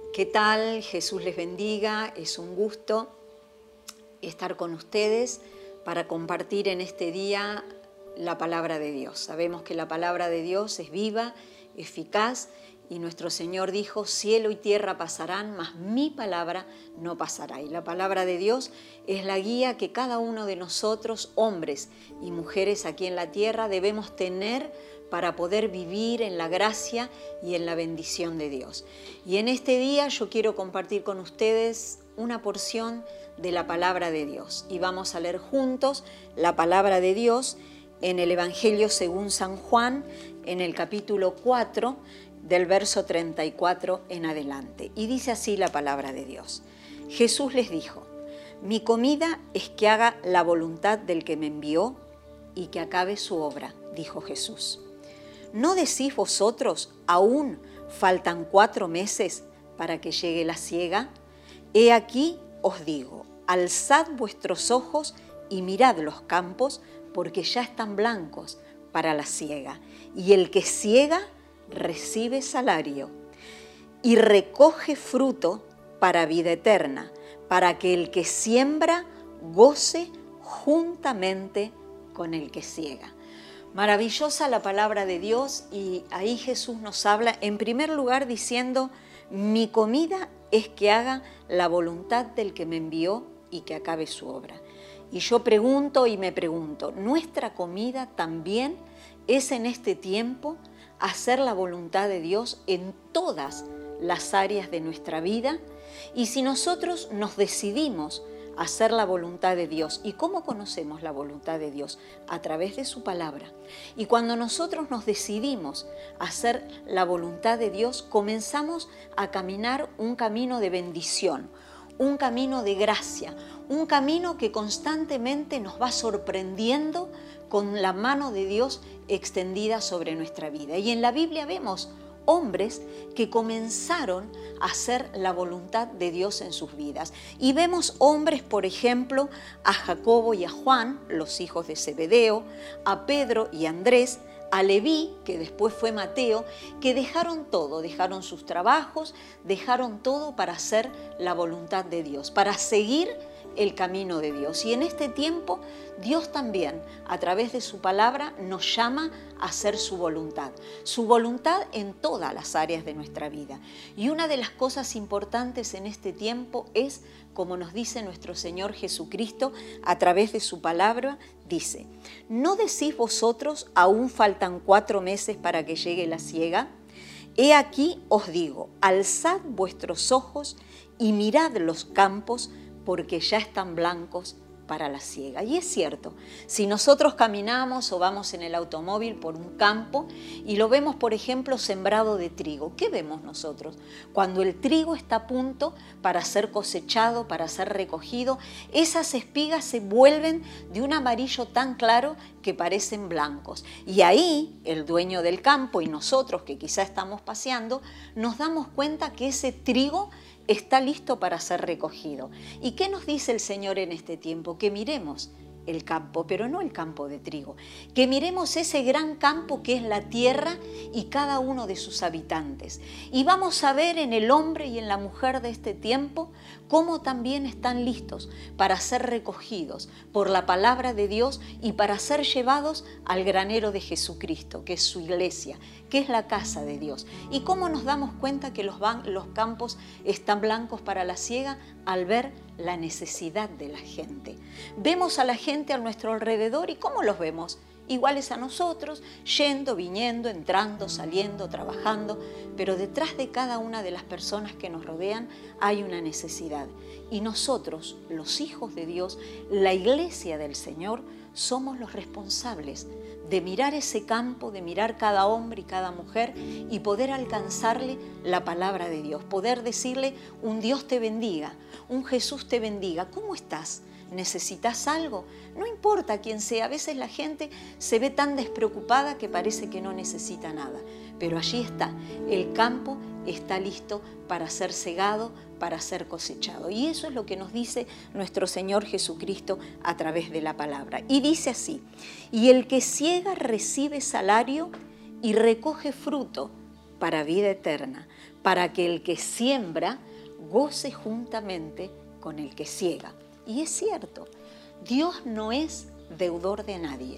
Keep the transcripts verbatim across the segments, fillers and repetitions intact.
¿Qué tal? Jesús les bendiga. Es un gusto estar con ustedes para compartir en este día la palabra de Dios. Sabemos que la palabra de Dios es viva, eficaz, y nuestro Señor dijo: cielo y tierra pasarán, mas mi palabra no pasará. Y la palabra de Dios es la guía que cada uno de nosotros, hombres y mujeres aquí en la tierra, debemos tener para poder vivir en la gracia y en la bendición de Dios. Y en este día yo quiero compartir con ustedes una porción de la palabra de Dios. Y vamos a leer juntos la palabra de Dios en el Evangelio según San Juan, en el capítulo cuatro, del verso treinta y cuatro en adelante. Y dice así la palabra de Dios. Jesús les dijo: mi comida es que haga la voluntad del que me envió y que acabe su obra, dijo Jesús. ¿No decís vosotros, aún faltan cuatro meses para que llegue la siega? He aquí os digo, alzad vuestros ojos y mirad los campos, porque ya están blancos para la siega. Y el que siega recibe salario y recoge fruto para vida eterna, para que el que siembra goce juntamente con el que siega. Maravillosa la palabra de Dios, y ahí Jesús nos habla en primer lugar diciendo: mi comida es que haga la voluntad del que me envió y que acabe su obra. Y yo pregunto y me pregunto, ¿nuestra comida también es en este tiempo hacer la voluntad de Dios en todas las áreas de nuestra vida? Y si nosotros nos decidimos a hacer la voluntad de Dios, ¿y cómo conocemos la voluntad de Dios? A través de su palabra. Y cuando nosotros nos decidimos a hacer la voluntad de Dios, comenzamos a caminar un camino de bendición, un camino de gracia, un camino que constantemente nos va sorprendiendo con la mano de Dios extendida sobre nuestra vida. Y en la Biblia vemos hombres que comenzaron a hacer la voluntad de Dios en sus vidas. Y vemos hombres, por ejemplo, a Jacobo y a Juan, los hijos de Zebedeo, a Pedro y Andrés, a Leví, que después fue Mateo, que dejaron todo, dejaron sus trabajos, dejaron todo para hacer la voluntad de Dios, para seguir el camino de Dios. Y en este tiempo Dios también, a través de su palabra, nos llama a hacer su voluntad, su voluntad en todas las áreas de nuestra vida. Y una de las cosas importantes en este tiempo es, como nos dice nuestro Señor Jesucristo a través de su palabra, dice: ¿no decís vosotros, aún faltan cuatro meses para que llegue la siega? He aquí os digo, alzad vuestros ojos y mirad los campos, porque ya están blancos para la siega. Y es cierto, si nosotros caminamos o vamos en el automóvil por un campo y lo vemos, por ejemplo, sembrado de trigo, ¿qué vemos nosotros? Cuando el trigo está a punto para ser cosechado, para ser recogido, esas espigas se vuelven de un amarillo tan claro que parecen blancos. Y ahí el dueño del campo y nosotros, que quizá estamos paseando, nos damos cuenta que ese trigo está listo para ser recogido. ¿Y qué nos dice el Señor en este tiempo? Que miremos el campo, pero no el campo de trigo, que miremos ese gran campo que es la tierra y cada uno de sus habitantes. Y vamos a ver en el hombre y en la mujer de este tiempo cómo también están listos para ser recogidos por la palabra de Dios y para ser llevados al granero de Jesucristo, que es su iglesia, que es la casa de Dios. ¿Y cómo nos damos cuenta que los, van, los campos están blancos para la siega? Al ver la necesidad de la gente. Vemos a la gente a nuestro alrededor, ¿y cómo los vemos? Iguales a nosotros, yendo, viniendo, entrando, saliendo, trabajando, pero detrás de cada una de las personas que nos rodean hay una necesidad. Y nosotros, los hijos de Dios, la iglesia del Señor, somos los responsables de mirar ese campo, de mirar cada hombre y cada mujer y poder alcanzarle la palabra de Dios, poder decirle: un Dios te bendiga, un Jesús te bendiga. ¿Cómo estás? ¿Necesitas algo? No importa quién sea, a veces la gente se ve tan despreocupada que parece que no necesita nada, pero allí está, el campo está listo para ser segado, para ser cosechado. Y eso es lo que nos dice nuestro Señor Jesucristo a través de la palabra. Y dice así: y el que siega recibe salario y recoge fruto para vida eterna, para que el que siembra goce juntamente con el que siega. Y es cierto, Dios no es deudor de nadie.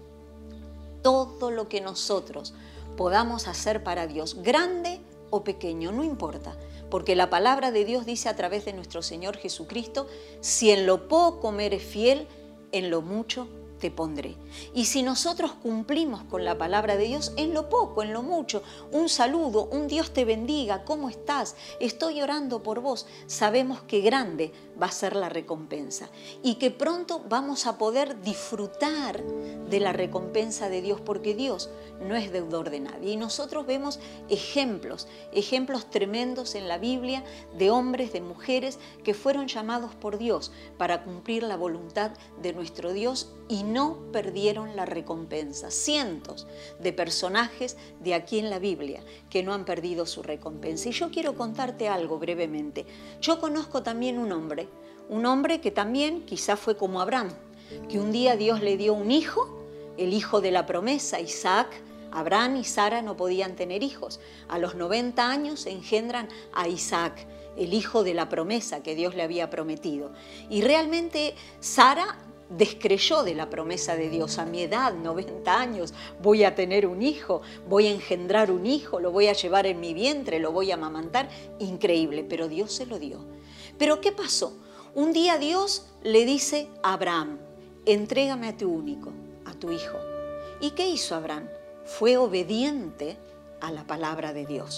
Todo lo que nosotros podamos hacer para Dios, grande o pequeño, no importa, porque la palabra de Dios dice a través de nuestro Señor Jesucristo: si en lo poco me eres fiel, en lo mucho te pondré. Y si nosotros cumplimos con la palabra de Dios, en lo poco, en lo mucho, un saludo, un Dios te bendiga, ¿cómo estás? Estoy orando por vos. Sabemos que grande va a ser la recompensa y que pronto vamos a poder disfrutar de la recompensa de Dios, porque Dios no es deudor de nadie. Y nosotros vemos ejemplos, ejemplos tremendos en la Biblia de hombres, de mujeres que fueron llamados por Dios para cumplir la voluntad de nuestro Dios y no perdieron la recompensa. Cientos de personajes de aquí en la Biblia que no han perdido su recompensa. Y yo quiero contarte algo brevemente. Yo conozco también un hombre, un hombre que también quizá fue como Abraham, que un día Dios le dio un hijo, el hijo de la promesa, Isaac. Abraham y Sara no podían tener hijos. A los noventa años engendran a Isaac, el hijo de la promesa que Dios le había prometido. Y realmente Sara descreyó de la promesa de Dios. A mi edad, noventa años, voy a tener un hijo, voy a engendrar un hijo, lo voy a llevar en mi vientre, lo voy a amamantar. Increíble, pero Dios se lo dio. Pero ¿qué pasó? Un día Dios le dice a Abraham: entrégame a tu único, a tu hijo. ¿Y qué hizo Abraham? Fue obediente a la palabra de Dios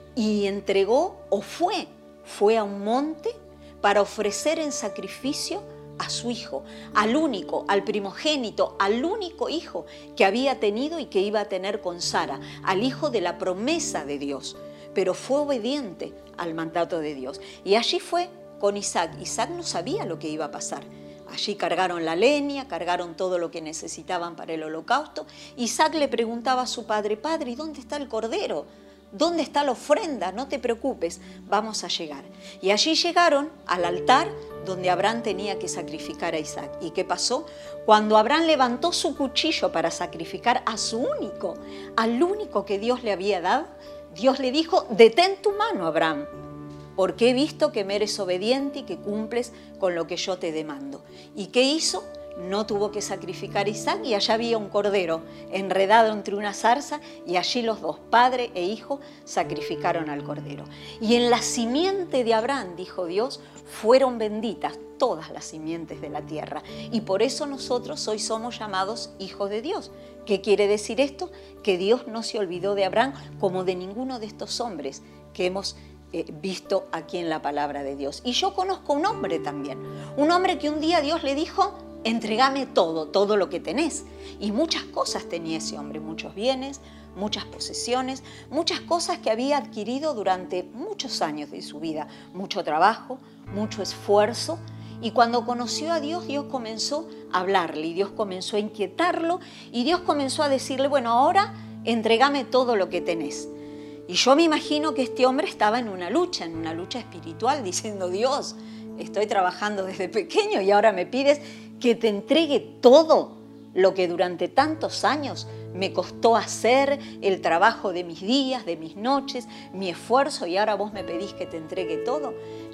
y entregó, o fue, fue a un monte para ofrecer en sacrificio a su hijo, al único, al primogénito, al único hijo que había tenido y que iba a tener con Sara, al hijo de la promesa de Dios, pero fue obediente al mandato de Dios. Y allí fue con Isaac. Isaac no sabía lo que iba a pasar. Allí cargaron la leña, cargaron todo lo que necesitaban para el holocausto. Isaac le preguntaba a su padre: Padre, ¿y dónde está el cordero? ¿Dónde está la ofrenda? No te preocupes, vamos a llegar. Y allí llegaron al altar donde Abraham tenía que sacrificar a Isaac. ¿Y qué pasó? Cuando Abraham levantó su cuchillo para sacrificar a su único, al único que Dios le había dado, Dios le dijo: detén tu mano, Abraham, porque he visto que me eres obediente y que cumples con lo que yo te demando. ¿Y qué hizo? No tuvo que sacrificar a Isaac y allá había un cordero enredado entre una zarza y allí los dos, padre e hijo, sacrificaron al cordero. Y en la simiente de Abraham, dijo Dios, fueron benditas todas las simientes de la tierra. Y por eso nosotros hoy somos llamados hijos de Dios. ¿Qué quiere decir esto? Que Dios no se olvidó de Abraham como de ninguno de estos hombres que hemos Eh, visto aquí en la palabra de Dios. Y yo conozco un hombre también, un hombre que un día Dios le dijo: entregame todo, todo lo que tenés. Y muchas cosas tenía ese hombre, muchos bienes, muchas posesiones, muchas cosas que había adquirido durante muchos años de su vida, mucho trabajo, mucho esfuerzo. Y cuando conoció a Dios, Dios comenzó a hablarle y Dios comenzó a inquietarlo y Dios comenzó a decirle: bueno, ahora entregame todo lo que tenés. Y yo me imagino que este hombre estaba en una lucha, en una lucha espiritual, diciendo: Dios, estoy trabajando desde pequeño y ahora me pides que te entregue todo lo que durante tantos años me costó hacer, el trabajo de mis días, de mis noches, mi esfuerzo, y ahora vos me pedís que te entregue todo.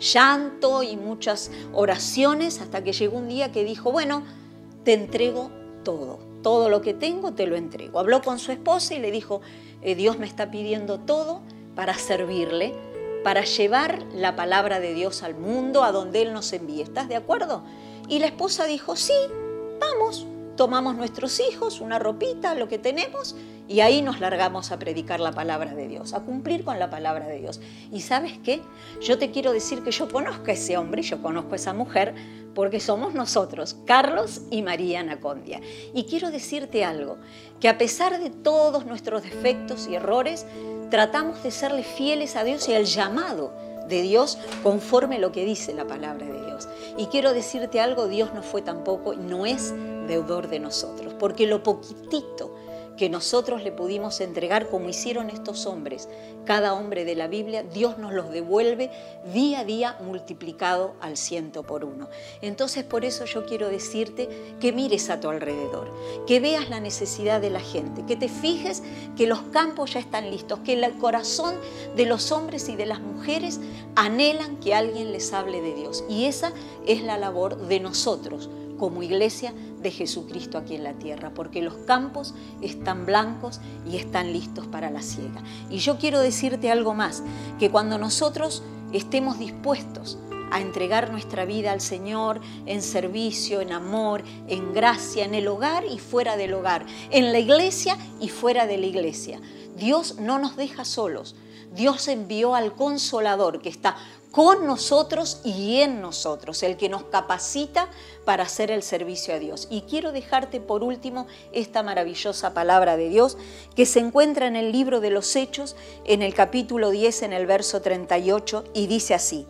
Llanto y muchas oraciones hasta que llegó un día que dijo: bueno, te entrego todo, todo lo que tengo te lo entrego. Habló con su esposa y le dijo: eh, Dios me está pidiendo todo para servirle, para llevar la palabra de Dios al mundo, a donde Él nos envíe. ¿Estás de acuerdo? Y la esposa dijo: sí, vamos. Tomamos nuestros hijos, una ropita, lo que tenemos, y ahí nos largamos a predicar la palabra de Dios, a cumplir con la palabra de Dios. ¿Y sabes qué? Yo te quiero decir que yo conozco a ese hombre, yo conozco a esa mujer, porque somos nosotros, Carlos y María Anacondia. Y quiero decirte algo, que a pesar de todos nuestros defectos y errores, tratamos de serle fieles a Dios y al llamado de Dios conforme lo que dice la palabra de Dios. Y quiero decirte algo, Dios no fue tampoco y no es deudor de nosotros, porque lo poquitito que nosotros le pudimos entregar como hicieron estos hombres, cada hombre de la Biblia, Dios nos los devuelve día a día multiplicado al ciento por uno. Entonces por eso yo quiero decirte que mires a tu alrededor, que veas la necesidad de la gente, que te fijes que los campos ya están listos, que el corazón de los hombres y de las mujeres anhelan que alguien les hable de Dios. Y esa es la labor de nosotros como iglesia de Jesucristo aquí en la tierra, porque los campos están blancos y están listos para la siega. Y yo quiero decirte algo más, que cuando nosotros estemos dispuestos a entregar nuestra vida al Señor en servicio, en amor, en gracia, en el hogar y fuera del hogar, en la iglesia y fuera de la iglesia, Dios no nos deja solos. Dios envió al Consolador que está con nosotros y en nosotros, el que nos capacita para hacer el servicio a Dios. Y quiero dejarte por último esta maravillosa palabra de Dios que se encuentra en el libro de los Hechos, en el capítulo diez, en el verso treinta y ocho, y dice así: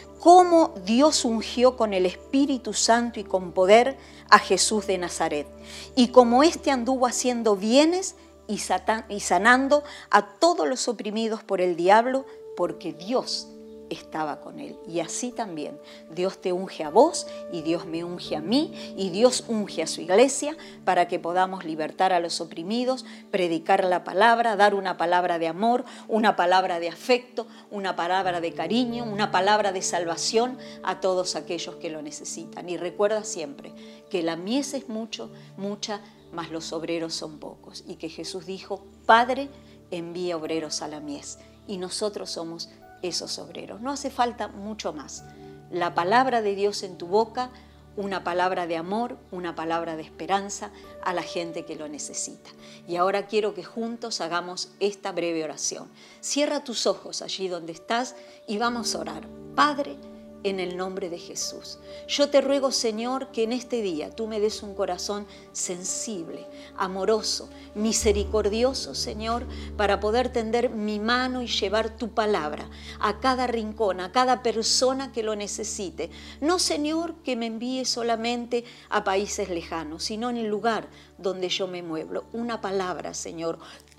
cómo Dios ungió con el Espíritu Santo y con poder a Jesús de Nazaret, y cómo éste anduvo haciendo bienes y sanando a todos los oprimidos por el diablo, porque Dios estaba con él. Y así también Dios te unge a vos y Dios me unge a mí y Dios unge a su iglesia para que podamos libertar a los oprimidos, predicar la palabra, dar una palabra de amor, una palabra de afecto, una palabra de cariño, una palabra de salvación a todos aquellos que lo necesitan. Y recuerda siempre que la mies es mucho, mucha, mas los obreros son pocos. Y que Jesús dijo: Padre, envía obreros a la mies. Y nosotros somos esos obreros. No hace falta mucho más. La palabra de Dios en tu boca, una palabra de amor, una palabra de esperanza a la gente que lo necesita. Y ahora quiero que juntos hagamos esta breve oración. Cierra tus ojos allí donde estás y vamos a orar. Padre, en el nombre de Jesús, yo te ruego, Señor, que en este día tú me des un corazón sensible, amoroso, misericordioso, Señor, para poder tender mi mano y llevar tu palabra a cada rincón, a cada persona que lo necesite. No, Señor, que me envíe solamente a países lejanos, sino en el lugar donde yo me muevo. Una palabra, Señor.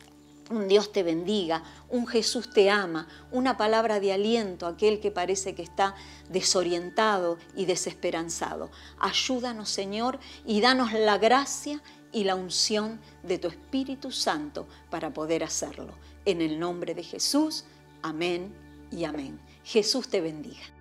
Un Dios te bendiga, un Jesús te ama, una palabra de aliento a aquel que parece que está desorientado y desesperanzado. Ayúdanos, Señor, y danos la gracia y la unción de tu Espíritu Santo para poder hacerlo. En el nombre de Jesús, amén y amén. Jesús te bendiga.